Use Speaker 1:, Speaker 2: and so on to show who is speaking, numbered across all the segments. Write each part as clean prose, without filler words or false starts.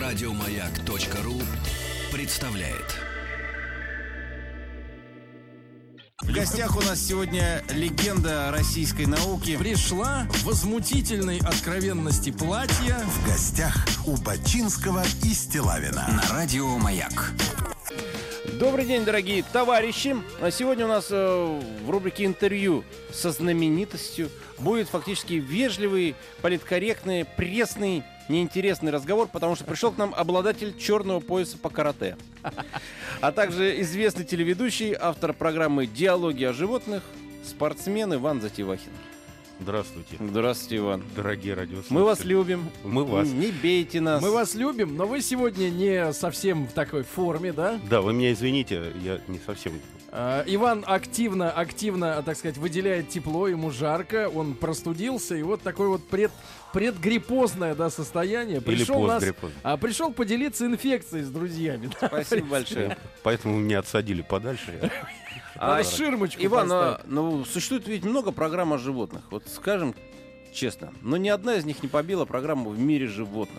Speaker 1: Радиомаяк.ру представляет.
Speaker 2: В гостях у нас сегодня легенда российской науки.
Speaker 3: Пришла в возмутительной откровенности платья.
Speaker 4: В гостях у Бачинского и Стилавина
Speaker 1: На Радио Маяк.
Speaker 2: Добрый день, дорогие товарищи. А сегодня у нас в рубрике «Интервью со знаменитостью» будет фактически вежливый, политкорректный, пресный, неинтересный разговор, потому что пришел к нам обладатель черного пояса по карате, а также известный телеведущий, автор программы «Диалоги о животных», спортсмен Иван Затевахин.
Speaker 5: Здравствуйте.
Speaker 2: Здравствуйте, Иван.
Speaker 5: Дорогие радиослушатели.
Speaker 2: Мы вас любим.
Speaker 5: Мы вас.
Speaker 2: Не бейте нас.
Speaker 3: Мы вас любим, но вы сегодня не совсем в такой форме, да?
Speaker 5: Да, вы меня извините, я не совсем...
Speaker 3: Иван активно, так сказать, выделяет тепло, ему жарко, он простудился, и вот такое вот предгриппозное, да, состояние. Пришел поделиться инфекцией с друзьями. Да?
Speaker 2: Спасибо большое.
Speaker 5: Поэтому меня отсадили подальше.
Speaker 3: Надо ширмочку
Speaker 2: Иван,
Speaker 3: поставить.
Speaker 2: существует ведь много программ о животных. Вот скажем честно, но ни одна из них не побила программу «В мире животных».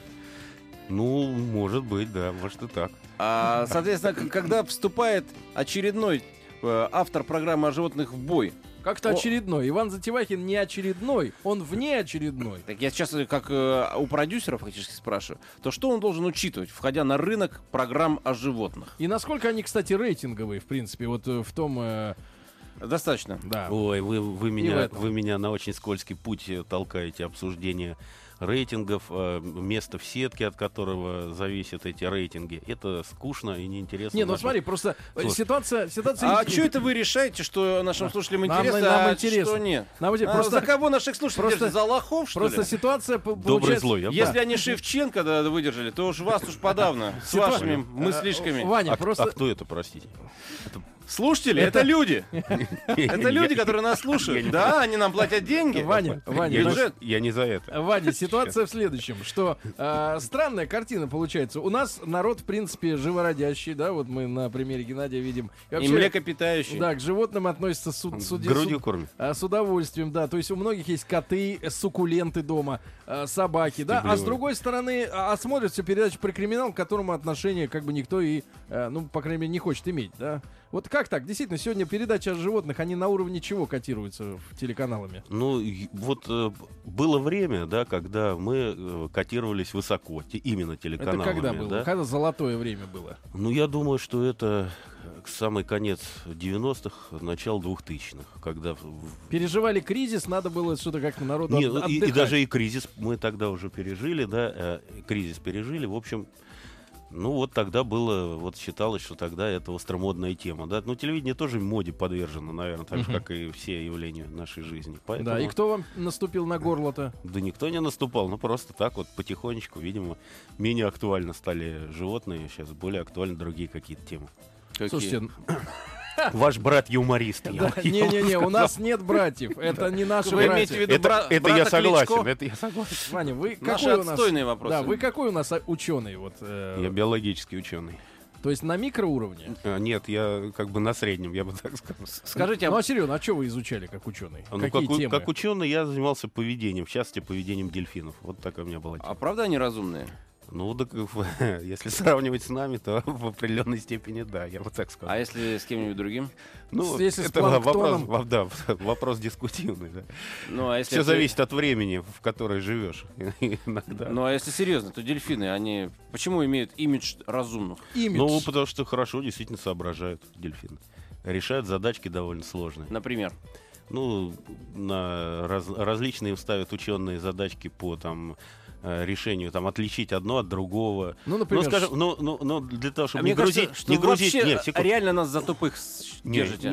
Speaker 5: Ну, может быть, да, может и так.
Speaker 2: Соответственно, когда вступает очередной автор программы о животных в бой.
Speaker 3: Как-то очередной. Иван Затевахин не очередной, он внеочередной.
Speaker 2: Так я сейчас как у продюсеров фактически спрашиваю, то что он должен учитывать, входя на рынок программ о животных?
Speaker 3: И насколько они, кстати, рейтинговые, в принципе, вот в том...
Speaker 2: Достаточно.
Speaker 3: Да.
Speaker 5: Ой, вы меня на очень скользкий путь толкаете обсуждение рейтингов, место в сетке, от которого зависят эти рейтинги. Это скучно и неинтересно.
Speaker 3: Не, ну смотри, просто ситуация...
Speaker 2: А что это вы решаете, что нашим слушателям интересно,
Speaker 3: нам
Speaker 2: а
Speaker 3: интересно.
Speaker 2: что нет?
Speaker 3: Просто
Speaker 2: за кого наших слушателей держите? За лохов, что ли?
Speaker 3: Просто ситуация
Speaker 5: Добрый
Speaker 3: получается...
Speaker 5: злой.
Speaker 2: Если они Шевченко выдержали, то уж вас уж подавно с вашими мыслишками.
Speaker 3: Ваня,
Speaker 5: А кто это, простите?
Speaker 2: Слушатели, это люди. Это люди, которые нас слушают. Да, они нам платят деньги.
Speaker 3: Ваня,
Speaker 5: Я не за это.
Speaker 3: Ваня, ситуация в следующем, что странная картина получается. У нас народ, в принципе, живородящий, да, вот мы на примере Геннадия видим.
Speaker 2: И млекопитающий.
Speaker 3: Да, к животным относятся
Speaker 5: Грудью кормят.
Speaker 3: с удовольствием, да. То есть у многих есть коты, суккуленты дома, собаки, да. А с другой стороны, смотрят всю передачу про криминал, к которому отношение как бы никто и, ну, по крайней мере, не хочет иметь, да. Вот как так? Действительно, сегодня передачи о животных, они на уровне чего котируются телеканалами?
Speaker 5: Ну, вот было время, да, когда мы котировались высоко, именно телеканалами.
Speaker 3: Это когда было?
Speaker 5: Да?
Speaker 3: Когда золотое время было?
Speaker 5: Ну, я думаю, что это самый конец 90-х, начало 2000-х, когда...
Speaker 3: Переживали кризис, надо было что-то как-то народу отдыхать.
Speaker 5: И даже и кризис мы тогда уже пережили, да, кризис пережили, в общем... Ну, вот тогда было, вот считалось, что тогда это остромодная тема, да. Ну, телевидение тоже моде подвержено, наверное, так же, как и все явления нашей жизни. Поэтому...
Speaker 3: Да, и кто вам наступил на горло-то?
Speaker 5: Да никто не наступал, ну, просто так вот потихонечку, видимо, менее актуально стали животные, сейчас более актуальны другие какие-то темы.
Speaker 3: Слушайте...
Speaker 5: Ваш брат юморист.
Speaker 3: Не-не-не, у нас нет братьев. Это не наши
Speaker 2: Вы
Speaker 3: братья.
Speaker 2: имеете в виду
Speaker 5: Это я согласен. Это я согласен.
Speaker 3: Ваня, вы
Speaker 2: Наши
Speaker 3: какой у нас...
Speaker 2: отстойные вопросы.
Speaker 3: Да, вы какой у нас ученый? Вот,
Speaker 5: Я биологический ученый.
Speaker 3: то есть на микроуровне?
Speaker 5: Нет, я как бы на среднем, я бы так сказал.
Speaker 2: Скажите,
Speaker 3: Ну а серьезно, а что вы изучали как ученый?
Speaker 5: Ну,
Speaker 3: Какие темы?
Speaker 5: как ученый я занимался поведением, в частности, поведением дельфинов. Вот такая у меня была тема.
Speaker 2: а правда они разумные?
Speaker 5: Ну, так, если сравнивать с нами, то в определенной степени да, я вот так скажу.
Speaker 2: А если с кем-нибудь другим?
Speaker 5: Ну,
Speaker 3: если с
Speaker 5: это
Speaker 3: планктоном?
Speaker 5: вопрос дискутивный. Да.
Speaker 2: Ну, а если
Speaker 5: Все зависит от времени, в которое живешь. Иногда.
Speaker 2: Ну, а если серьезно, то дельфины, они почему имеют имидж разумных?
Speaker 5: Ну, потому что хорошо действительно соображают дельфины. Решают задачки довольно сложные.
Speaker 2: Например?
Speaker 5: Ну, на различные им ставят ученые задачки по там решению там отличить одно от другого.
Speaker 3: Ну, например,
Speaker 5: скажем, для того, чтобы не
Speaker 2: мне
Speaker 5: грузить,
Speaker 2: кажется, что
Speaker 5: не грузить,
Speaker 2: вообще
Speaker 5: нет, секунду.
Speaker 2: реально нас за тупых держите.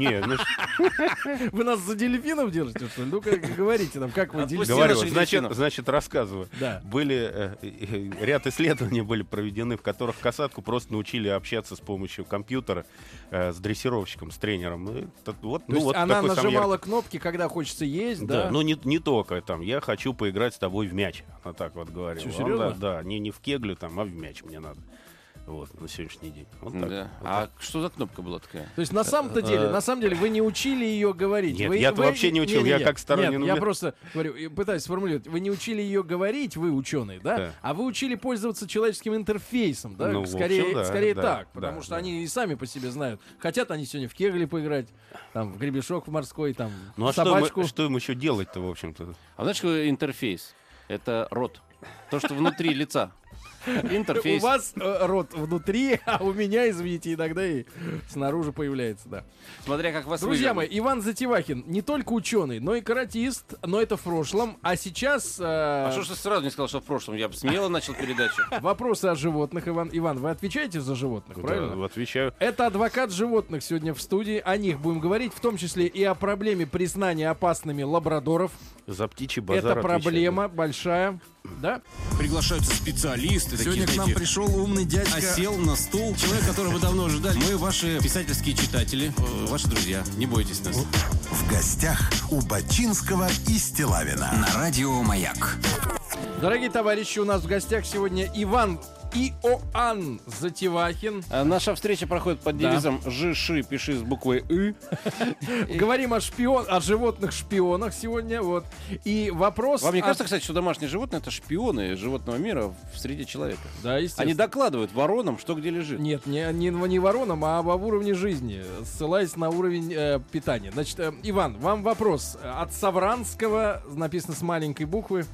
Speaker 3: Вы нас за дельфинов держите, что ли? Ну-ка, говорите нам, как вы дельфинов?
Speaker 5: Говорю,
Speaker 2: наших дельфинов.
Speaker 5: значит, рассказываю.
Speaker 3: Да.
Speaker 5: Были ряд исследований были проведены, в которых касатку просто научили общаться с помощью компьютера с дрессировщиком, с тренером.
Speaker 3: То есть она нажимала кнопки, когда хочется есть, да?
Speaker 5: Да, ну не только там, я хочу поиграть с тобой в мяч. Она так вот говорила.
Speaker 3: Что, серьезно?
Speaker 5: Да, не в кеглю там, а в мяч мне надо. Вот, на сегодняшний день. Вот так.
Speaker 2: Да.
Speaker 5: Вот
Speaker 2: А
Speaker 5: так.
Speaker 2: что за кнопка была такая?
Speaker 3: То есть на самом-то деле, вы не учили ее говорить.
Speaker 5: Нет,
Speaker 3: Вы-
Speaker 5: я-то
Speaker 3: вы-
Speaker 5: вообще не учил, я как сторонний
Speaker 3: Нет, я
Speaker 5: номер.
Speaker 3: просто говорю, и пытаюсь сформулировать. Вы не учили ее говорить, вы ученый, да?
Speaker 5: Да.
Speaker 3: А вы учили пользоваться человеческим интерфейсом, да?
Speaker 5: Ну, в
Speaker 3: скорее
Speaker 5: общем, да,
Speaker 3: скорее
Speaker 5: да,
Speaker 3: так,
Speaker 5: да,
Speaker 3: потому что
Speaker 5: да.
Speaker 3: они и сами по себе знают. Хотят они сегодня в кегли поиграть, там, в гребешок в морской, там,
Speaker 5: Ну а
Speaker 3: в собачку.
Speaker 5: что им еще делать-то, в общем-то?
Speaker 2: А знаешь, какой интерфейс? Это рот. То, что внутри лица. Интерфейс.
Speaker 3: У вас рот внутри, а у меня, извините, иногда и снаружи появляется, да.
Speaker 2: Смотря как вас
Speaker 3: Друзья
Speaker 2: вывернут.
Speaker 3: мои, Иван Затевахин не только ученый, но и каратист, но это в прошлом. А сейчас
Speaker 2: А что ж ты сразу не сказал, что в прошлом? Я бы смело начал передачу.
Speaker 3: вопросы о животных, Иван. Иван, вы отвечаете за животных, правильно?
Speaker 5: Да, отвечаю.
Speaker 3: Это адвокат животных сегодня в студии. О них будем говорить, в том числе и о проблеме признания опасными лабрадоров.
Speaker 5: За птичий базар
Speaker 3: Это проблема большая, да?
Speaker 1: Приглашаются специалисты.
Speaker 6: Сегодня к нам пришел умный дядька.
Speaker 1: Сел на стул. Человек, которого вы давно ожидали. Мы ваши писательские читатели, ваши друзья. Не бойтесь нас.
Speaker 4: В гостях у Бачинского и Стилавина.
Speaker 1: На радио «Маяк».
Speaker 3: Дорогие товарищи, у нас в гостях сегодня Иван Иоанн Затевахин.
Speaker 2: Наша встреча проходит под
Speaker 3: Да.
Speaker 2: девизом «Жиши, пиши с буквой «ы».
Speaker 3: Говорим о животных-шпионах сегодня. Вот. И вопрос...
Speaker 2: Вам не
Speaker 3: от-
Speaker 2: кажется, кстати, что домашние животные — это шпионы животного мира в среде человека?
Speaker 3: Да, естественно.
Speaker 2: Они докладывают воронам, что где лежит.
Speaker 3: Нет, не воронам, а об уровне жизни, ссылаясь на уровень питания. Значит, Иван, вам вопрос от Савранского, написано с маленькой буквы,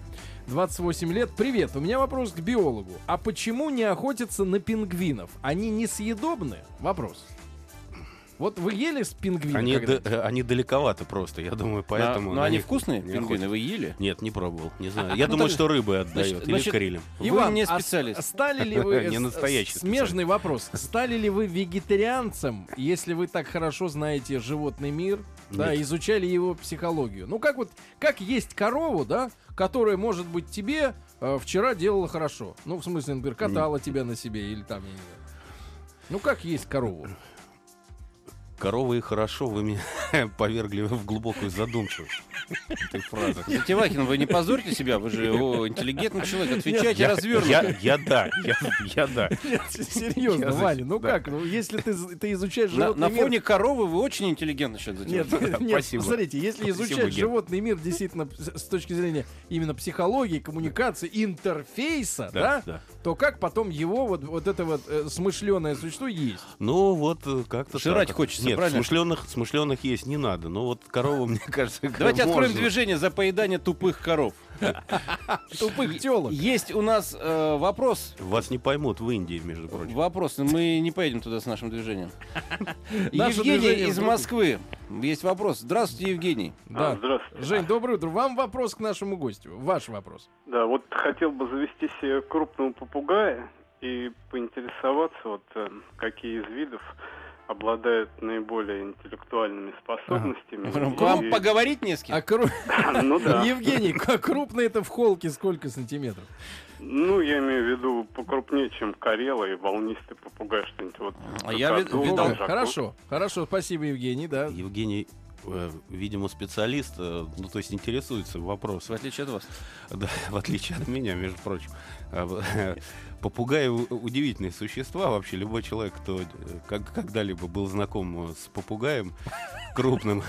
Speaker 3: 28 лет. Привет, у меня вопрос к биологу. А почему не охотятся на пингвинов? Они несъедобны? Вопрос. Вот вы ели с пингвином?
Speaker 5: Они далековато просто, я думаю, поэтому...
Speaker 2: Но
Speaker 5: на
Speaker 2: они
Speaker 5: них
Speaker 2: вкусные,
Speaker 5: не
Speaker 2: пингвины,
Speaker 5: охотятся.
Speaker 2: вы ели?
Speaker 5: Нет, не пробовал, не знаю.
Speaker 2: А
Speaker 5: Я
Speaker 2: ну
Speaker 5: думаю,
Speaker 2: так-
Speaker 5: что рыбы отдает, или
Speaker 2: значит,
Speaker 5: крилем.
Speaker 2: Вы не
Speaker 3: а
Speaker 2: специалист.
Speaker 3: стали ли вы...
Speaker 5: Не настоящий
Speaker 3: Смежный вопрос. Стали ли вы вегетарианцем, если вы так хорошо знаете животный мир, да,
Speaker 5: Нет.
Speaker 3: изучали его психологию? Ну, как есть корову, да, которая, может быть, тебе вчера делала хорошо. Ну, в смысле, например, катала тебя на себе или там, я не знаю. Ну, как есть корову?
Speaker 5: Коровы и хорошо, вы меня повергли в глубокую задумчивость. Этой фразы.
Speaker 2: Затевахин, вы не позорьте себя, вы же интеллигентный человек, отвечайте развернуто.
Speaker 5: Я да.
Speaker 3: Серьезно,
Speaker 5: Я
Speaker 3: Ваня, ну
Speaker 5: да.
Speaker 3: как? Ну, если ты изучаешь
Speaker 2: На
Speaker 3: животный мир...
Speaker 2: фоне коровы вы очень интеллигентный человек, Затевахин.
Speaker 3: Нет,
Speaker 5: Спасибо.
Speaker 3: смотрите, если
Speaker 5: Спасибо,
Speaker 3: изучать
Speaker 5: Ген.
Speaker 3: животный мир действительно с точки зрения именно психологии, коммуникации, интерфейса, да,
Speaker 5: Да.
Speaker 3: то как потом его вот это вот смышленое существо есть?
Speaker 5: Ну вот как-то
Speaker 2: Жрать
Speaker 5: так.
Speaker 2: хочется,
Speaker 5: Нет,
Speaker 2: правильно?
Speaker 5: смышленых есть не надо. Но вот корову, мне кажется,
Speaker 2: Давайте откроем
Speaker 5: можно.
Speaker 2: движение за поедание тупых коров.
Speaker 3: Тупых телок.
Speaker 2: Есть у нас вопрос.
Speaker 5: Вас не поймут в Индии, между прочим.
Speaker 2: Вопрос. Мы не поедем туда с нашим движением.
Speaker 3: Наше
Speaker 2: Евгений
Speaker 3: движение
Speaker 2: из
Speaker 3: вдруг-
Speaker 2: Москвы. Есть вопрос. Здравствуйте, Евгений.
Speaker 3: Да.
Speaker 7: Здравствуйте.
Speaker 3: Жень, доброе утро. Вам вопрос к нашему гостю. Ваш вопрос.
Speaker 7: Да, вот хотел бы завести себе крупного попугая и поинтересоваться, какие из видов обладают наиболее интеллектуальными способностями.
Speaker 2: Вам
Speaker 7: И-
Speaker 2: поговорить не с кем?
Speaker 7: Ну да.
Speaker 3: Евгений, как крупно это в холке, сколько сантиметров?
Speaker 7: Ну, я имею в виду покрупнее, чем карела и волнистый попугай, что-нибудь вот.
Speaker 2: А я
Speaker 7: какаду,
Speaker 2: видал.
Speaker 7: должаку.
Speaker 3: Хорошо, спасибо, Евгений, да.
Speaker 5: Евгений, видимо, специалист, ну, то есть интересуется
Speaker 2: В
Speaker 5: вопросом.
Speaker 2: отличие от вас.
Speaker 5: Да, в отличие от меня, между прочим. Попугаи удивительные существа. Вообще, любой человек, кто когда-либо был знаком с попугаем крупным,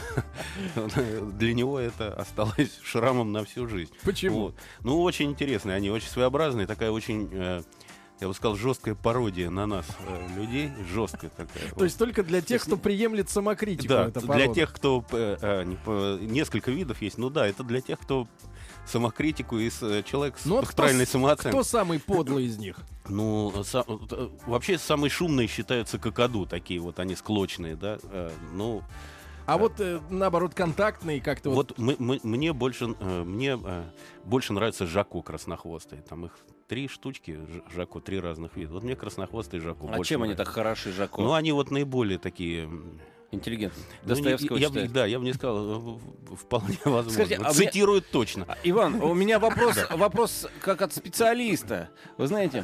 Speaker 5: для него это осталось шрамом на всю жизнь.
Speaker 3: Почему?
Speaker 5: Вот. Ну, очень интересные. Они очень своеобразные. Такая очень... Я бы сказал, жесткая пародия на нас, людей. Жесткая такая.
Speaker 3: То есть только для тех, кто приемлет самокритику.
Speaker 5: Да,
Speaker 3: эта
Speaker 5: для
Speaker 3: порода.
Speaker 5: тех, кто... несколько видов есть. Ну да, это для тех, кто самокритику и человек
Speaker 3: Ну вот
Speaker 5: с правильной
Speaker 3: кто
Speaker 5: самооценкой.
Speaker 3: самый подлый из них?
Speaker 5: Ну, вообще самые шумные считаются какаду, такие вот они склочные, да. Ну,
Speaker 3: А вот наоборот контактные как-то вот.
Speaker 5: мне больше нравится жако краснохвостые. Там их 3 штучки, жако, 3 разных вида. Вот мне краснохвостый жако
Speaker 2: А
Speaker 5: больше
Speaker 2: чем они
Speaker 5: нравится.
Speaker 2: так хороши, Жако?
Speaker 5: Ну, они вот наиболее такие...
Speaker 2: Интеллигентные.
Speaker 5: ну,
Speaker 2: Достоевского
Speaker 5: я
Speaker 2: читают.
Speaker 5: да, я бы не сказал, вполне возможно.
Speaker 2: Скажите, а
Speaker 5: Цитируют точно.
Speaker 2: Иван, у меня вопрос как от специалиста. Вы знаете,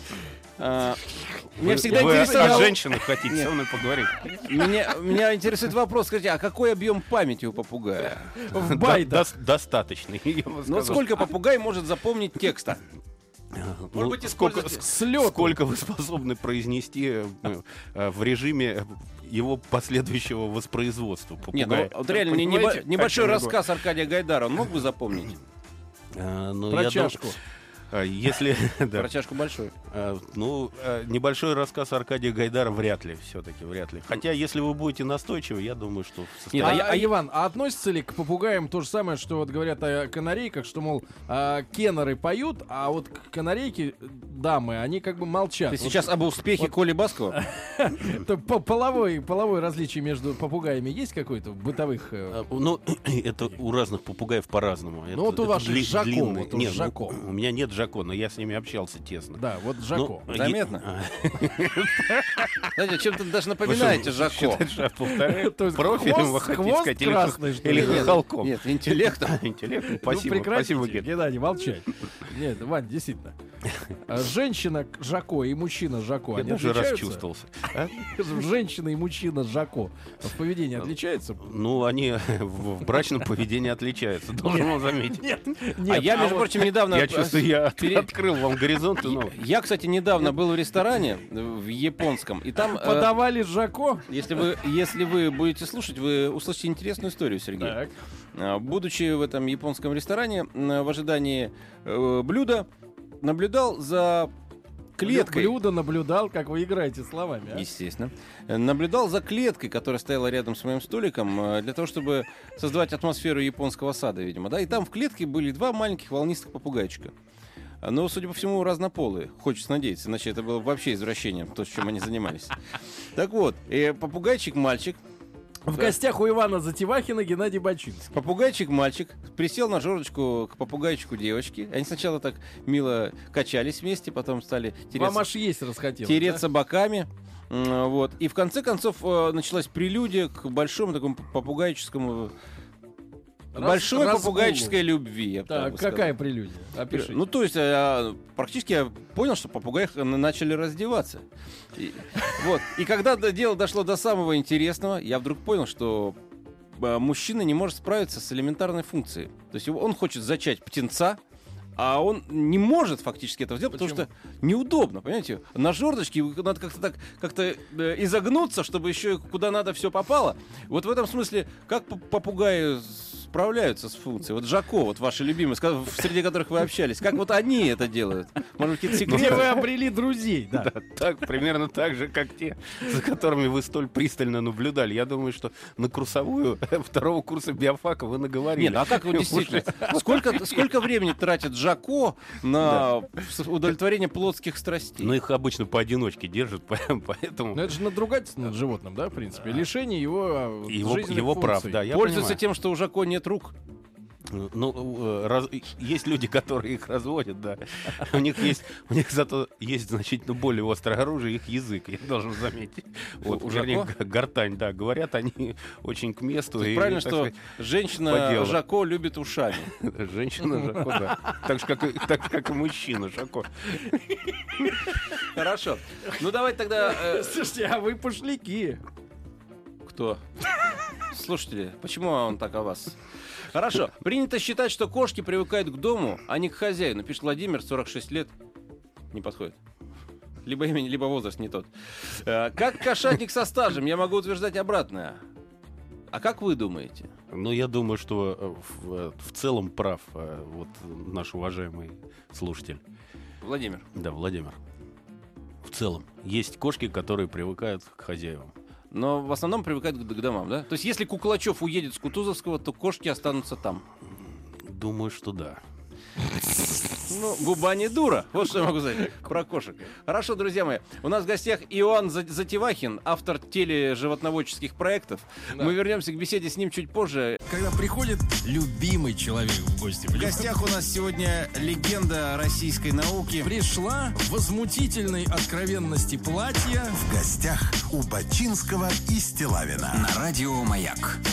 Speaker 2: меня всегда
Speaker 5: Вы о
Speaker 2: интересовал...
Speaker 5: женщинах хотите со мной поговорить?
Speaker 2: Меня интересует вопрос, скажите, а какой объем памяти у попугая?
Speaker 3: В байтах.
Speaker 5: Достаточный, я бы
Speaker 2: Ну вот
Speaker 5: сказал.
Speaker 2: сколько попугай может запомнить текста? Может быть, использовать
Speaker 5: сколько вы способны произнести в режиме его последующего воспроизводства
Speaker 2: Нет,
Speaker 5: попугая?
Speaker 2: вот реально, мне небольшой рассказ Аркадия Гайдара, он мог бы запомнить?
Speaker 3: Про чашку.
Speaker 5: Если...
Speaker 2: Про чашку большой.
Speaker 5: Небольшой рассказ Аркадия Гайдара вряд ли, все-таки вряд ли. Хотя, если вы будете настойчивы, я думаю, что в состоянии...
Speaker 3: Иван, относится ли к попугаям то же самое, что вот говорят о канарейках, что, мол, кеннеры поют, а вот канарейки, дамы, они как бы молчат.
Speaker 2: Ты сейчас об успехе Коли Баскова?
Speaker 3: Половое различие между попугаями есть какое-то в бытовых...
Speaker 5: это у разных попугаев по-разному.
Speaker 3: Вот у ваших Жако.
Speaker 5: У меня нет Жако, но я с ними общался тесно.
Speaker 3: Да, вот Жако.
Speaker 2: Заметно? Знаете, чем-то даже напоминаете Жако.
Speaker 5: Профилем вы хотите сказать? Или хохолком?
Speaker 2: Нет, интеллектом.
Speaker 5: Спасибо, спасибо, Ген.
Speaker 3: Не молчать. Нет, Вань, действительно. Женщина Жако и мужчина Жако, они
Speaker 5: уже
Speaker 3: отличаются?
Speaker 5: расчувствовался.
Speaker 3: Женщина и мужчина Жако в поведении отличаются?
Speaker 5: Они в брачном поведении отличаются, должен вам заметить.
Speaker 3: Нет.
Speaker 2: А я, между прочим, недавно...
Speaker 5: Я чувствую, я открыл вам горизонты.
Speaker 2: Я, кстати, недавно был в ресторане в японском, и там...
Speaker 3: Подавали Жако?
Speaker 2: Если вы будете слушать, вы услышите интересную историю, Сергей.
Speaker 3: Так.
Speaker 2: Будучи в этом японском ресторане, в ожидании блюда, наблюдал за клеткой.
Speaker 3: Блюдо наблюдал, как вы играете словами.
Speaker 2: Естественно. Наблюдал за клеткой, которая стояла рядом с моим столиком, для того, чтобы создавать атмосферу японского сада, видимо. Да? И там в клетке были 2 маленьких волнистых попугайчика. Но, судя по всему, разнополые. Хочется надеяться, иначе это было вообще извращением, то, чем они занимались. Так вот, попугайчик-мальчик.
Speaker 3: В гостях у Ивана Затевахина Геннадий Бачинский.
Speaker 2: Попугайчик-мальчик присел на жердочку к попугайчику девочки. Они сначала так мило качались вместе, потом стали
Speaker 3: Вам аж есть расхотелось,
Speaker 2: тереться боками. Вот. И в конце концов началась прелюдия к большому такому попугайческому... Большой попугайческой любви. Я бы
Speaker 3: так, какая прелюдия? Опишите.
Speaker 2: Ну, то есть, практически я понял, что попугаи начали раздеваться. И когда дело дошло до самого интересного, я вдруг понял, что мужчина не может справиться с элементарной функцией. То есть он хочет зачать птенца, а он не может фактически этого сделать, потому что неудобно, понимаете? На жердочке надо как-то изогнуться, чтобы еще куда надо все попало. Вот в этом смысле, как попугаи справляются с функцией? Вот Жако, вот ваши любимые, среди которых вы общались, как вот они это делают? Может быть, какие-то секреты?
Speaker 3: Где вы обрели друзей? Да.
Speaker 5: Так, примерно так же, как те, за которыми вы столь пристально наблюдали. Я думаю, что на курсовую 2-го курса биофака вы наговорили.
Speaker 2: Нет, а как вы действительно? Сколько времени тратит Жако на удовлетворение плотских страстей?
Speaker 5: Но их обычно поодиночке держат, поэтому...
Speaker 3: Но это же надругательство над животным, да, в принципе? Лишение
Speaker 5: его прав, да, я
Speaker 2: пользуется
Speaker 5: понимаю.
Speaker 2: тем, что у Жако нет рук.
Speaker 5: Есть люди, которые их разводят, да. У них зато есть значительно более острое оружие, их язык, я должен заметить. Вот, вернее, гортань, да. Говорят они очень к месту.
Speaker 2: И правильно, что женщина Жако любит ушами.
Speaker 5: Женщина Жако, да. Так же, как и мужчина Жако.
Speaker 2: Хорошо. Ну, давайте тогда...
Speaker 3: Слушайте, а вы пошляки.
Speaker 2: Кто? Слушатели, почему он так о вас? Хорошо. Принято считать, что кошки привыкают к дому, а не к хозяину. Пишет Владимир, 46 лет. Не подходит. Либо имя, либо возраст не тот. Как кошатник со стажем, я могу утверждать обратное. А как вы думаете?
Speaker 5: Ну, я думаю, что в целом прав вот наш уважаемый слушатель.
Speaker 2: Владимир.
Speaker 5: Да, Владимир. В целом. Есть кошки, которые привыкают к хозяевам.
Speaker 2: Но в основном привыкают к домам, да? То есть если Куклачев уедет с Кутузовского, то кошки останутся там.
Speaker 5: Думаю, что да.
Speaker 2: Ну, губа не дура. Вот что я могу сказать про кошек. Хорошо, друзья мои. У нас в гостях Иоанн Затевахин, автор тележивотноводческих проектов. Да. Мы вернемся к беседе с ним чуть позже.
Speaker 6: Когда приходит любимый человек в гости. В гостях у нас сегодня легенда российской науки. Пришла в возмутительной откровенности платья.
Speaker 4: В гостях у Бачинского и Стилавина.
Speaker 6: На радио «Маяк».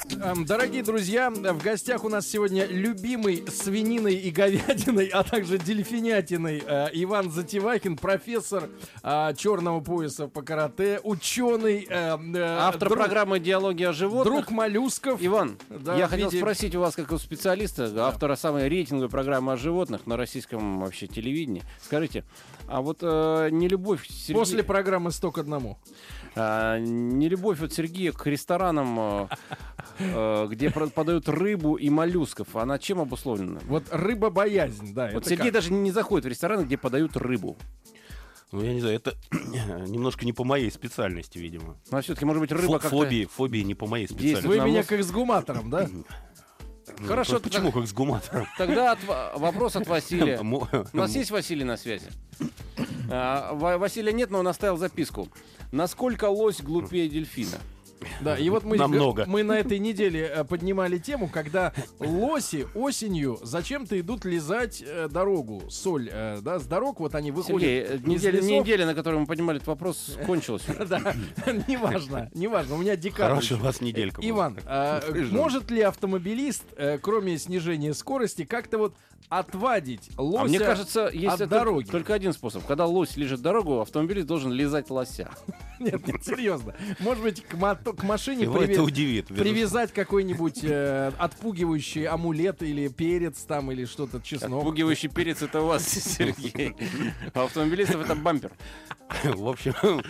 Speaker 3: Дорогие друзья, в гостях у нас сегодня любимый свининой и говядиной, а также дельфинятиной Иван Затевахин, профессор черного пояса по карате, ученый,
Speaker 2: Автор программы «Диалоги о животных».
Speaker 3: друг моллюсков.
Speaker 2: Иван,
Speaker 3: Да,
Speaker 2: я
Speaker 3: в
Speaker 2: хотел
Speaker 3: виде-
Speaker 2: спросить у вас, как у специалиста, автора самой рейтинговой программы о животных на российском вообще телевидении. Скажите, а вот нелюбовь Сергея...
Speaker 3: После программы «100 к 1».
Speaker 2: Нелюбовь вот Сергея к ресторанам, где подают рыбу и моллюсков, она чем обусловлена?
Speaker 3: Вот рыбобоязнь, да.
Speaker 2: Вот
Speaker 3: это
Speaker 2: Сергей
Speaker 3: как?
Speaker 2: даже не заходит в рестораны, где подают рыбу.
Speaker 5: Ну, я не знаю, это немножко не по моей специальности, видимо.
Speaker 2: Ну, а все-таки, может быть, рыба как-то...
Speaker 5: Фобии не по моей специальности.
Speaker 3: Вы
Speaker 2: на
Speaker 3: меня
Speaker 2: мозг.
Speaker 3: как с гуматором, да?
Speaker 5: Ну,
Speaker 2: Хорошо,
Speaker 5: почему как с гуматором?
Speaker 2: Тогда вопрос от Василия. У нас есть Василий на связи? Василия нет, но он оставил записку. Насколько лось глупее дельфина?
Speaker 3: Да, и вот мы
Speaker 5: Намного.
Speaker 3: на этой неделе поднимали тему, когда лоси осенью зачем-то идут лизать дорогу, соль, да, с дорог, вот они выходят
Speaker 2: Сергей,
Speaker 3: из лесов.
Speaker 2: неделя, на которой мы поднимали этот вопрос, кончилась.
Speaker 3: Да, неважно, у меня декабрь.
Speaker 5: Хорошая у вас неделька была.
Speaker 3: Иван, может ли автомобилист, кроме снижения скорости, как-то вот отвадить лося
Speaker 2: А мне кажется, есть
Speaker 3: от дороги?
Speaker 2: только один способ. Когда лось лежит дорогу, автомобилист должен лизать лося.
Speaker 3: Нет, серьезно. Может быть, к машине
Speaker 5: Его это удивит.
Speaker 3: привязать какой-нибудь отпугивающий амулет или перец там, или что-то, чеснок.
Speaker 2: Отпугивающий перец — это у вас, Сергей. А автомобилистов — это бампер.
Speaker 5: В общем,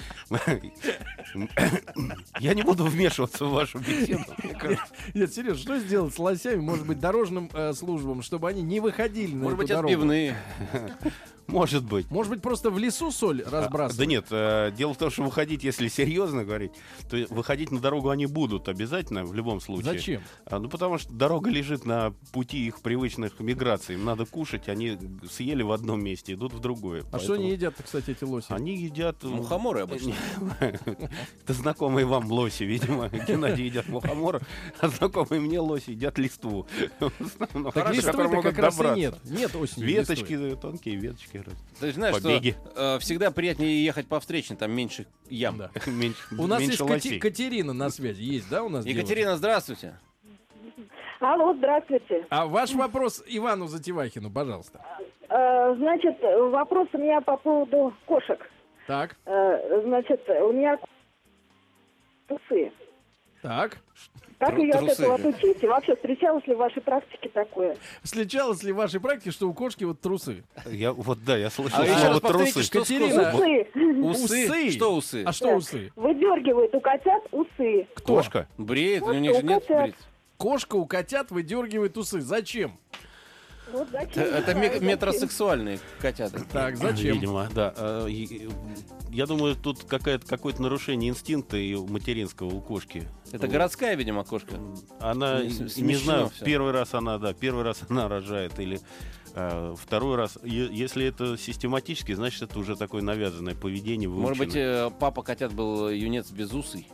Speaker 5: я не буду вмешиваться в вашу беседу. мне кажется.
Speaker 3: Нет, серьезно, что сделать с лосями, может быть, дорожным службам, чтобы они не выходили на
Speaker 2: Может
Speaker 3: эту
Speaker 2: быть,
Speaker 3: дорогу?
Speaker 2: отбивные.
Speaker 5: Может быть.
Speaker 3: Может быть, просто в лесу соль разбрасывать?
Speaker 5: Да нет, дело в том, что выходить, если серьезно говорить, то выходить на дорогу они будут обязательно в любом случае.
Speaker 3: Зачем?
Speaker 5: Ну, потому что дорога лежит на пути их привычных миграций. Им надо кушать, они съели в одном месте, идут в другое.
Speaker 3: А что они едят, кстати, эти лоси?
Speaker 5: Они едят...
Speaker 2: Мухоморы обычно.
Speaker 5: Это знакомые вам лоси, видимо. Геннадий едят мухоморы, а знакомые мне лоси едят листву. Ну,
Speaker 3: Так
Speaker 5: хорошо,
Speaker 3: листвы-то
Speaker 5: которые
Speaker 3: как
Speaker 5: могут
Speaker 3: раз и
Speaker 5: добраться.
Speaker 3: нет. Нет осенью листвы.
Speaker 5: Веточки, тонкие веточки.
Speaker 2: Ты же знаешь,
Speaker 5: Побеги.
Speaker 2: что всегда приятнее ехать по встречной, там меньше ям.
Speaker 3: Да.
Speaker 5: Меньше
Speaker 3: У нас есть
Speaker 5: лосей.
Speaker 3: Катерина на связи. Есть, да, у нас девушка?
Speaker 2: Екатерина, здравствуйте.
Speaker 8: Алло, здравствуйте.
Speaker 3: А ваш вопрос Ивану Затевахину, пожалуйста.
Speaker 8: Значит, вопрос у меня по поводу кошек.
Speaker 3: Так,
Speaker 8: Значит, у меня трусы.
Speaker 3: так.
Speaker 8: Как ее от
Speaker 2: Трусы.
Speaker 8: этого отучить? И вообще, встречалось ли в вашей практике такое?
Speaker 3: Встречалось ли в вашей практике, что у кошки вот трусы?
Speaker 5: Я слышал
Speaker 2: А еще
Speaker 5: слово
Speaker 2: раз повторите,
Speaker 5: трусы.
Speaker 2: что
Speaker 3: Катерина,
Speaker 8: Усы.
Speaker 2: Усы? Что усы?
Speaker 3: А что усы?
Speaker 8: Выдергивают у котят усы.
Speaker 3: Кто?
Speaker 5: Кошка.
Speaker 2: Бреет, у
Speaker 8: Вот
Speaker 2: них же
Speaker 8: у
Speaker 2: нет
Speaker 8: котят.
Speaker 2: брит.
Speaker 3: Кошка у котят выдергивает усы. Зачем?
Speaker 8: Вот зачем?
Speaker 2: Это
Speaker 8: Не знаю, зачем.
Speaker 2: метросексуальные котята.
Speaker 3: Так, зачем?
Speaker 5: Видимо, да. Я думаю, тут какое-то нарушение инстинкта и материнского у кошки.
Speaker 2: Это городская, видимо, кошка.
Speaker 5: Она,
Speaker 2: Смешно
Speaker 5: не знаю,
Speaker 2: всё.
Speaker 5: первый раз она рожает или второй раз. Если это систематически, значит, это уже такое навязанное поведение,
Speaker 2: Может быть,
Speaker 5: выученное.
Speaker 2: папа котят был юнец без усы.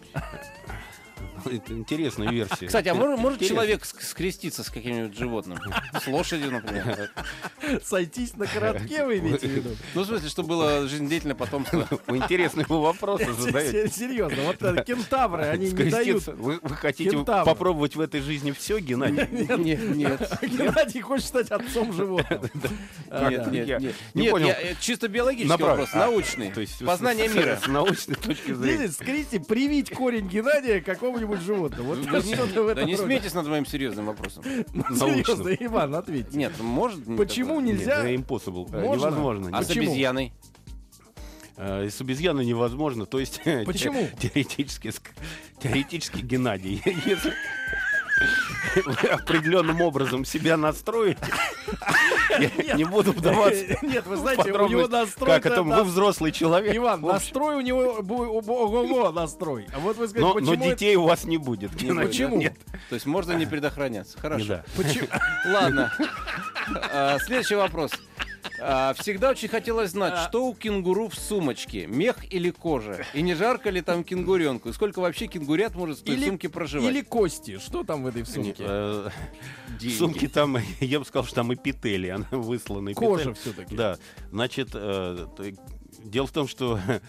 Speaker 5: Это интересная версия.
Speaker 2: Кстати, а может
Speaker 5: Интересно.
Speaker 2: человек скреститься с каким-нибудь животным? С лошадью, например.
Speaker 3: Сойтись на коротке, вы имеете в виду?
Speaker 2: Ну, в смысле, что было жизнедеительное потомство.
Speaker 5: Интересные вы вопросы задаете.
Speaker 3: Серьезно, вот кентавры, они не дают.
Speaker 5: Скреститься. Вы хотите
Speaker 3: Кентавр.
Speaker 5: попробовать в этой жизни все, Геннадий?
Speaker 2: Нет.
Speaker 3: Геннадий хочет стать отцом животного.
Speaker 2: Нет.
Speaker 5: Не
Speaker 2: Нет,
Speaker 5: понял.
Speaker 2: чисто биологический
Speaker 5: Направо.
Speaker 2: вопрос, научный.
Speaker 5: То есть
Speaker 2: Познание мира.
Speaker 5: С научной точки зрения.
Speaker 3: Здесь скрести, привить корень Геннадия к какому-нибудь животному. Вот что-то в
Speaker 2: Да
Speaker 3: этом
Speaker 2: не
Speaker 3: роде.
Speaker 2: смейтесь над моим серьезным вопросом.
Speaker 3: Серьезно, Иван, ответьте.
Speaker 2: Нет, может. не
Speaker 3: Почему
Speaker 2: такое.
Speaker 3: нельзя?
Speaker 5: Нет, impossible.
Speaker 3: Можно?
Speaker 5: Невозможно.
Speaker 2: А с
Speaker 3: Почему?
Speaker 2: обезьяной?
Speaker 5: С обезьяной невозможно. То есть
Speaker 3: Почему?
Speaker 5: теоретически Геннадий. Если вы определенным образом себя настроите, я не буду вдаваться
Speaker 3: Нет, вы
Speaker 5: в
Speaker 3: знаете, у него
Speaker 5: подробности.
Speaker 3: настрой...
Speaker 5: Как это вы взрослый человек.
Speaker 3: Иван,
Speaker 5: В общем,
Speaker 3: настрой у него... Ого-го, настрой. А вот вы скажете,
Speaker 5: но
Speaker 3: почему...
Speaker 5: детей у вас не будет.
Speaker 2: Не
Speaker 5: Геннадий.
Speaker 3: Почему?
Speaker 5: Нет.
Speaker 2: То есть можно не предохраняться. Хорошо.
Speaker 5: Да.
Speaker 3: Почему?
Speaker 2: Ладно. Следующий вопрос. Всегда очень хотелось знать, что у кенгуру в сумочке, мех или кожа? И не жарко ли там кенгуренку? И сколько вообще кенгурят может в той сумке проживать?
Speaker 3: Или кости. Что там в этой сумке?
Speaker 5: В
Speaker 2: Деньги.
Speaker 5: сумке там, я бы сказал, что там эпители, она выслана.
Speaker 3: Кожа все-таки.
Speaker 5: Да, значит, дело в том, что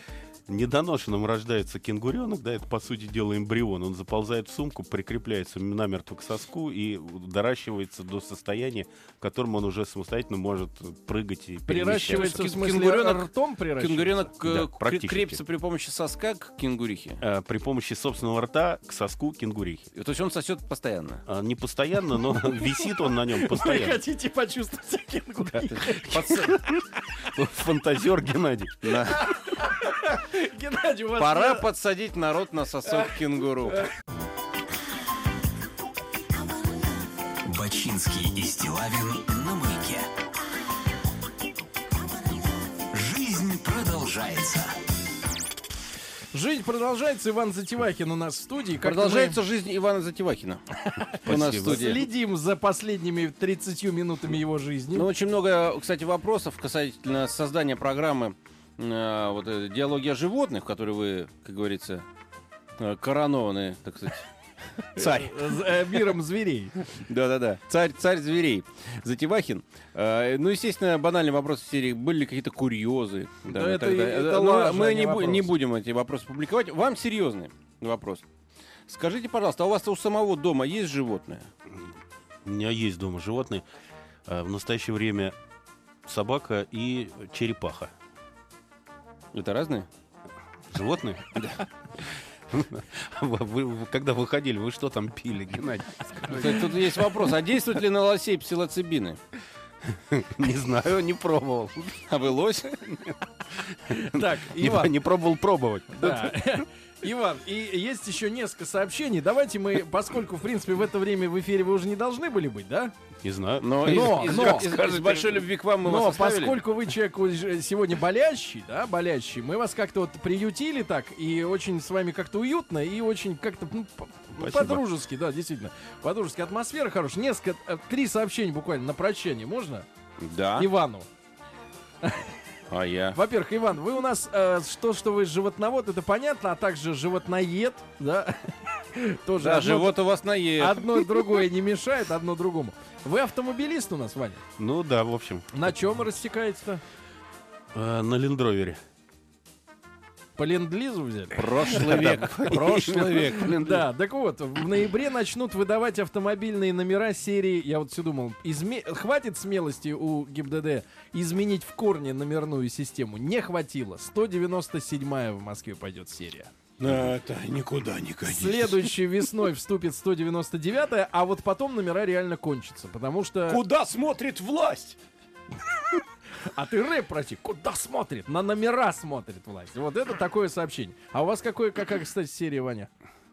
Speaker 5: недоношенным рождается кенгуренок, да, это, по сути дела, эмбрион. Он заползает в сумку, прикрепляется намертво к соску и доращивается до состояния, в котором он уже самостоятельно может прыгать и
Speaker 3: Приращивается, в смысле,
Speaker 2: Кенгуренок-
Speaker 3: ртом приращивается?
Speaker 2: Кенгуренок
Speaker 5: Да, практически.
Speaker 2: крепится при помощи соска к кенгурихе.
Speaker 5: При помощи собственного рта к соску кенгурихи.
Speaker 2: То есть он сосет постоянно.
Speaker 5: Не постоянно, но висит он на нем
Speaker 3: Вы
Speaker 5: постоянно.
Speaker 3: хотите почувствовать себя кенгурихой?
Speaker 5: Фантазер Геннадий.
Speaker 3: Геннадий, у вас...
Speaker 2: Пора подсадить народ на сосок кенгуру.
Speaker 6: Бачинский и Стилавин на маяке. Жизнь продолжается.
Speaker 3: Жизнь продолжается. Иван Затевахин у нас в студии. Как
Speaker 2: Продолжается жизнь Ивана Затевахина. У нас в
Speaker 3: мы
Speaker 2: студии.
Speaker 3: следим за последними 30 минутами его жизни.
Speaker 2: Ну, очень много, кстати, вопросов касательно создания программы «Диалоги о животных», в которой вы, как говорится, коронованы, так сказать, царь.
Speaker 3: Миром зверей.
Speaker 2: Да-да-да. Царь зверей. Затевахин. Ну, естественно, банальный вопрос в серии. Были ли какие-то курьезы?
Speaker 3: Да,
Speaker 2: и
Speaker 3: это
Speaker 2: так далее.
Speaker 3: это
Speaker 2: Но
Speaker 3: лажа,
Speaker 2: мы
Speaker 3: а не вопрос.
Speaker 2: не будем эти вопросы публиковать. Вам серьезный вопрос. Скажите, пожалуйста, а у вас у самого дома есть животное?
Speaker 5: У меня есть дома животные. В настоящее время собака и черепаха.
Speaker 2: Это разные?
Speaker 5: Животные? Да. Вы когда выходили, вы что там пили, Геннадий?
Speaker 2: Тут есть вопрос. А действует ли на лосей псилоцибины?
Speaker 5: Не знаю, не пробовал.
Speaker 2: А вы лось?
Speaker 3: Так, Иван.
Speaker 5: Не пробовал пробовать.
Speaker 3: Да. Иван, и есть еще несколько сообщений. Давайте мы, поскольку, в принципе, в это время в эфире вы уже не должны были быть, да?
Speaker 5: Не знаю.
Speaker 2: Но из большой любви к вам мы
Speaker 3: Но
Speaker 2: вас оставили.
Speaker 3: поскольку вы человек сегодня болящий, да, болящий, мы вас как-то вот приютили так, и очень с вами как-то уютно, и очень как-то по-дружески, да, действительно. По-дружески атмосфера хорошая. 3 сообщения буквально на прощание можно?
Speaker 2: Да.
Speaker 3: Ивану.
Speaker 2: А я?
Speaker 3: Во-первых, Иван, вы у нас, что вы животновод, это понятно, а также животноед, да? Тоже
Speaker 2: Да, живот у вас наед.
Speaker 3: одно другое не мешает, одно другому. Вы автомобилист у нас, Ваня?
Speaker 5: Ну да, в общем.
Speaker 3: На чем рассекаете-то?
Speaker 5: На лендровере.
Speaker 3: По ленд-лизу взяли?
Speaker 2: Прошлый век. Прошлый век.
Speaker 3: Да, так вот, в ноябре начнут выдавать автомобильные номера серии, я вот все думал, хватит смелости у ГИБДД изменить в корне номерную систему? Не хватило. 197-я в Москве пойдет серия.
Speaker 1: Это никуда не годится.
Speaker 3: Следующей весной вступит 199-я, а вот потом номера реально кончатся, потому что...
Speaker 1: Куда смотрит власть?
Speaker 3: А ты рэп, прости, куда смотрит? На номера смотрит власть. Вот это такое сообщение. А у вас какая, кстати, серия, Ваня?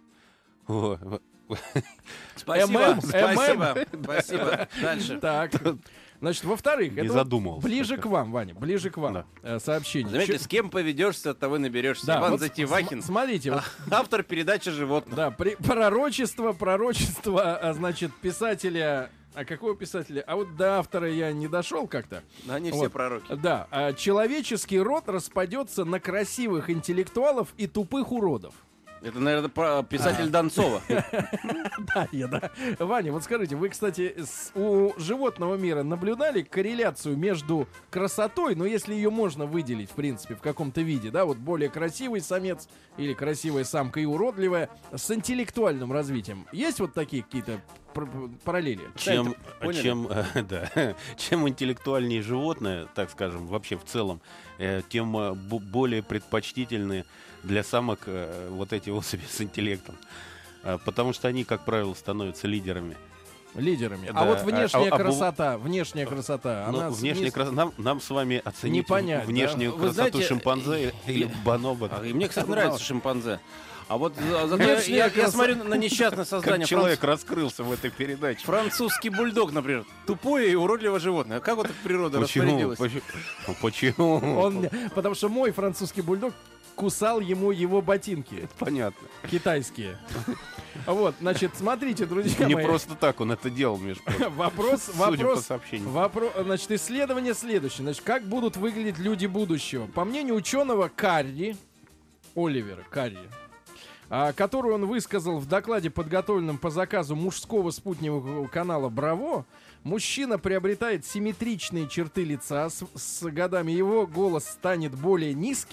Speaker 2: Спасибо.
Speaker 3: ММ.
Speaker 2: Спасибо. Дальше.
Speaker 3: Так. Значит, во-вторых,
Speaker 5: Не
Speaker 3: это
Speaker 5: задумывался.
Speaker 3: ближе к вам, Ваня, ближе к вам сообщение.
Speaker 2: Заметьте, с кем поведешься, от того и наберешься.
Speaker 3: Да,
Speaker 2: Иван
Speaker 3: вот
Speaker 2: Затевахин,
Speaker 3: смотрите, вот,
Speaker 2: автор передачи «Животных».
Speaker 3: да, пророчество, значит, писателя. А какого писателя? А вот до автора я не дошел как-то.
Speaker 2: Они все
Speaker 3: Вот.
Speaker 2: пророки.
Speaker 3: Да, человеческий род распадется на красивых интеллектуалов и тупых уродов.
Speaker 2: Это, наверное, писатель Донцова.
Speaker 3: Да. Ваня, вот скажите, вы, кстати, у животного мира наблюдали корреляцию между красотой, но если ее можно выделить, в принципе, в каком-то виде, да, вот более красивый самец или красивая самка и уродливая, с интеллектуальным развитием? Есть вот такие какие-то параллели?
Speaker 5: Чем интеллектуальнее животное, так скажем, вообще в целом, тем более предпочтительны для самок вот эти особи с интеллектом. Потому что они, как правило, становятся лидерами.
Speaker 3: Лидерами.
Speaker 5: Да.
Speaker 3: А вот внешняя
Speaker 5: А
Speaker 3: красота,
Speaker 5: Ну,
Speaker 3: она
Speaker 5: внешняя красота, нам с вами оценить
Speaker 3: Не понять,
Speaker 5: внешнюю
Speaker 2: да? Вы
Speaker 5: красоту
Speaker 2: знаете,
Speaker 5: шимпанзе или бонобо.
Speaker 2: И мне, кстати, нравится шимпанзе. А вот зато
Speaker 3: Внешняя
Speaker 2: я
Speaker 3: красота.
Speaker 2: смотрю на несчастное создание.
Speaker 5: Как человек раскрылся в этой передаче.
Speaker 2: Французский бульдог, например. Тупое и уродливое животное. Как вот природа распорядилась?
Speaker 5: Почему?
Speaker 3: Потому что мой французский бульдог кусал ему его ботинки
Speaker 5: Понятно.
Speaker 3: китайские. Вот, значит, смотрите, друзья
Speaker 5: Не
Speaker 3: мои.
Speaker 5: просто так он это делал, между прочим. Судя по сообщениям.
Speaker 3: Значит, исследование следующее. Значит, как будут выглядеть люди будущего? По мнению ученого Оливера Карри, который он высказал в докладе, подготовленном по заказу мужского спутникового канала «Браво», мужчина приобретает симметричные черты лица с годами. Его голос станет более низким,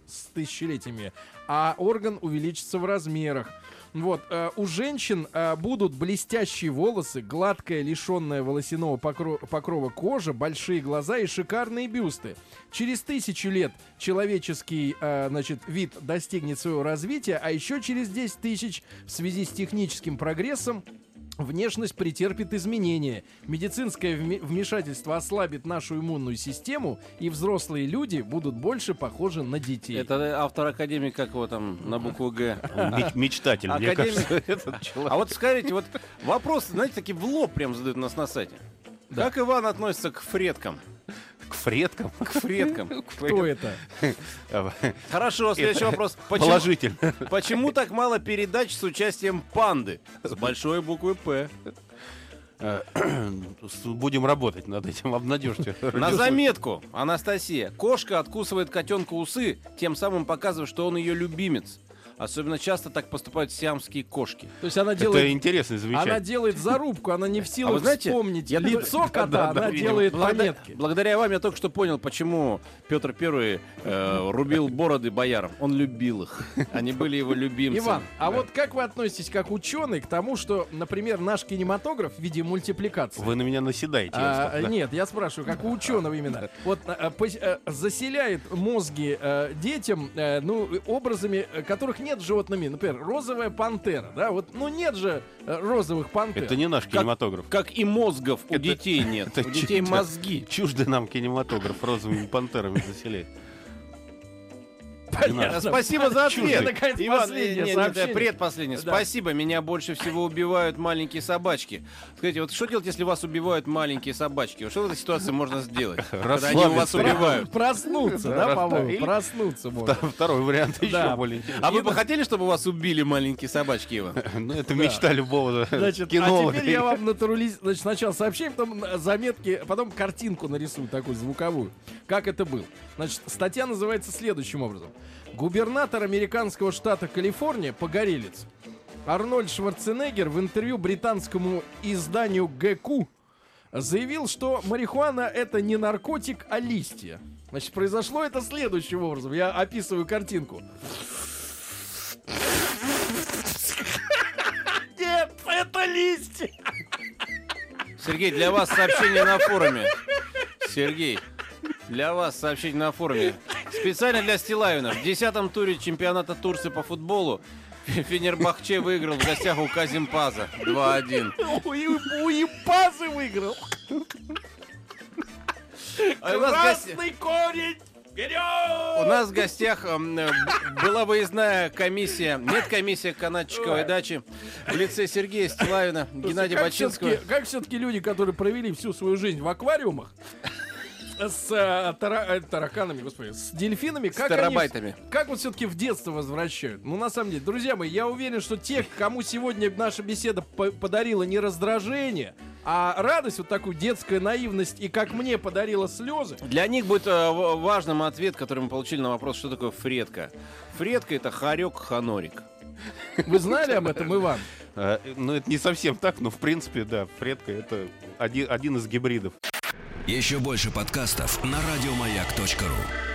Speaker 3: с тысячелетиями, а орган увеличится в размерах. Вот, у женщин будут блестящие волосы, гладкая, лишенная волосяного покрова кожа, большие глаза и шикарные бюсты. Через 1000 лет человеческий, вид достигнет своего развития, а еще через 10 тысяч в связи с техническим прогрессом внешность претерпит изменения. Медицинское вмешательство ослабит нашу иммунную систему, и взрослые люди будут больше похожи на детей.
Speaker 2: Это автор академии, как его там, на букву Г?
Speaker 5: Мечтатель, мне кажется, этот человек.
Speaker 2: А вот скажите, вот вопрос, знаете, такие в лоб прям задают нас на сайте. Да. Как Иван относится к фреткам?
Speaker 5: К фреткам?
Speaker 2: К фреткам.
Speaker 3: Кто это?
Speaker 2: Хорошо, следующий вопрос.
Speaker 5: Положительно.
Speaker 2: Почему так мало передач с участием панды? С большой буквы «П».
Speaker 5: Будем работать над этим, обнадежьте.
Speaker 2: На заметку, Анастасия. Кошка откусывает котенку усы, тем самым показывая, что он ее любимец. Особенно часто так поступают сиамские кошки.
Speaker 3: То есть она делает...
Speaker 5: Это интересное замечание.
Speaker 3: Она делает зарубку, она не в силах вспомнить
Speaker 2: я
Speaker 3: лицо кота, она делает пометки.
Speaker 2: Благодаря вам я только что понял, почему Петр I рубил бороды боярам. Он любил их. Они были его любимцами.
Speaker 3: Иван, а вот как вы относитесь как ученый к тому, что, например, наш кинематограф в виде мультипликации...
Speaker 5: Вы на меня наседаете.
Speaker 3: Нет, я спрашиваю, как у ученого именно. Вот заселяет мозги детям образами, которых нет животными. Например, розовая пантера, да, вот, нет же розовых пантер.
Speaker 5: Это не наш кинематограф.
Speaker 2: Как и мозгов у детей нет. У детей мозги.
Speaker 5: Чуждый нам кинематограф розовыми пантерами заселяет.
Speaker 2: Понятно. Спасибо за ответ.
Speaker 3: Наконец,
Speaker 2: Иван,
Speaker 3: последнее
Speaker 2: предпоследнее. Да. Спасибо. Меня больше всего убивают маленькие собачки. Скажите, вот что делать, если вас убивают маленькие собачки? Вот что в этой ситуации можно сделать? Когда они вас убивают?
Speaker 3: Проснуться, да, по-моему? Проснуться можно.
Speaker 5: Второй вариант еще более интересный.
Speaker 2: А вы бы хотели, чтобы вас убили маленькие собачки, Иван?
Speaker 5: Ну, это мечта любого
Speaker 3: А
Speaker 5: кинолога.
Speaker 3: теперь я вам натурализирую. Сначала сообщение, потом заметки, потом картинку нарисую такую звуковую. Как это было? Значит, статья называется следующим образом. Губернатор американского штата Калифорния, погорелец, Арнольд Шварценеггер в интервью британскому изданию ГК заявил, что марихуана — это не наркотик, а листья. Значит, произошло это следующим образом. Я описываю картинку. Нет, это листья!
Speaker 2: Сергей, для вас сообщение на форуме. Сергей, для вас сообщение на форуме. Специально для Стилавина. В 10-м туре чемпионата Турции по футболу Фенербахче выиграл в гостях у Казимпаза 2-1.
Speaker 3: У Ипазы выиграл. Красный корень! Вперед!
Speaker 2: У нас в гостях была выездная комиссия, медкомиссия канатчиковой дачи в лице Сергея Стилавина, Геннадия Бачинского.
Speaker 3: Как все-таки люди, которые провели всю свою жизнь в аквариумах, с тараканами, господи, с дельфинами,
Speaker 2: с терабайтами.
Speaker 3: Как вот все-таки в детство возвращают? Ну, на самом деле, друзья мои, я уверен, что те, кому сегодня наша беседа подарила не раздражение, а радость, вот такую детскую наивность, и как мне подарила слезы.
Speaker 2: Для них будет важным ответ, который мы получили на вопрос, что такое фретка. Фретка — это хорек-ханорик.
Speaker 3: Вы знали об этом, Иван?
Speaker 5: Ну, это не совсем так, но в принципе, да, фретка — это один из гибридов.
Speaker 6: Еще больше подкастов на радиомаяк.ру.